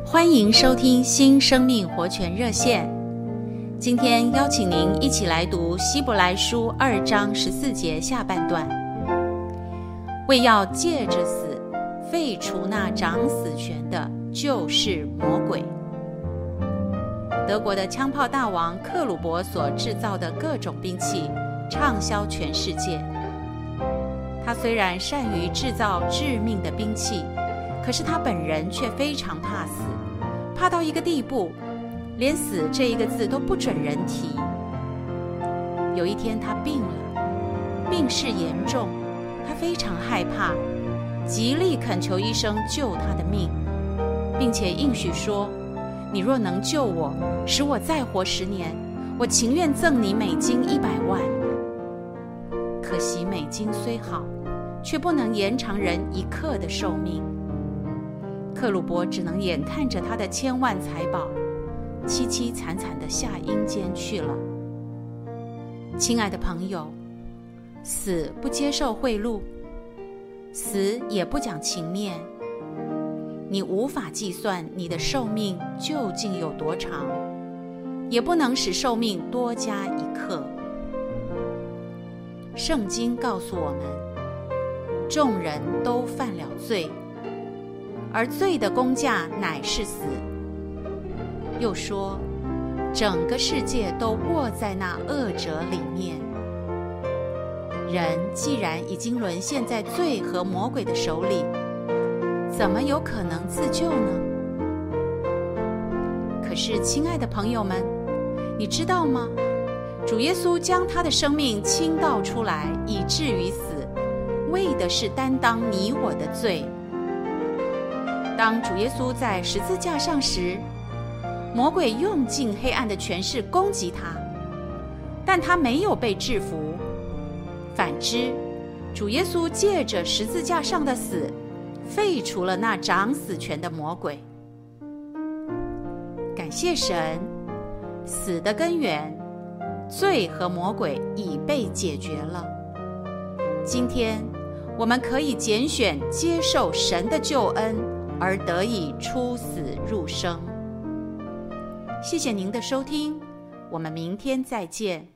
欢迎收听新生命活泉热线。今天邀请您一起来读希伯来书2章14节下半段。为要借着死废除那掌死权的，就是魔鬼。德国的枪炮大王克鲁伯所制造的各种兵器畅销全世界。他虽然善于制造致命的兵器，可是他本人却非常怕死，怕到一个地步，连死这一个字都不准人提。有一天他病了，病势严重，他非常害怕，极力恳求医生救他的命，并且应许说，你若能救我，使我再活10年，我情愿赠你美金100万。可惜美金虽好，却不能延长人1刻的寿命。克鲁伯只能眼看着他的千万财宝凄凄惨惨地下阴间去了。亲爱的朋友，死不接受贿赂，死也不讲情面，你无法计算你的寿命究竟有多长，也不能使寿命多加1刻。圣经告诉我们，众人都犯了罪，而罪的工价乃是死。又说，整个世界都握在那恶者里面。人既然已经沦陷在罪和魔鬼的手里，怎么有可能自救呢？可是，亲爱的朋友们，你知道吗？主耶稣将他的生命倾倒出来，以至于死，为的是担当你我的罪。当主耶稣在十字架上时，魔鬼用尽黑暗的权势攻击他，但他没有被制服。反之，主耶稣借着十字架上的死，废除了那掌死权的魔鬼。感谢神，死的根源，罪和魔鬼已被解决了。今天我们可以拣选接受神的救恩，而得以出死入生。谢谢您的收听，我们明天再见。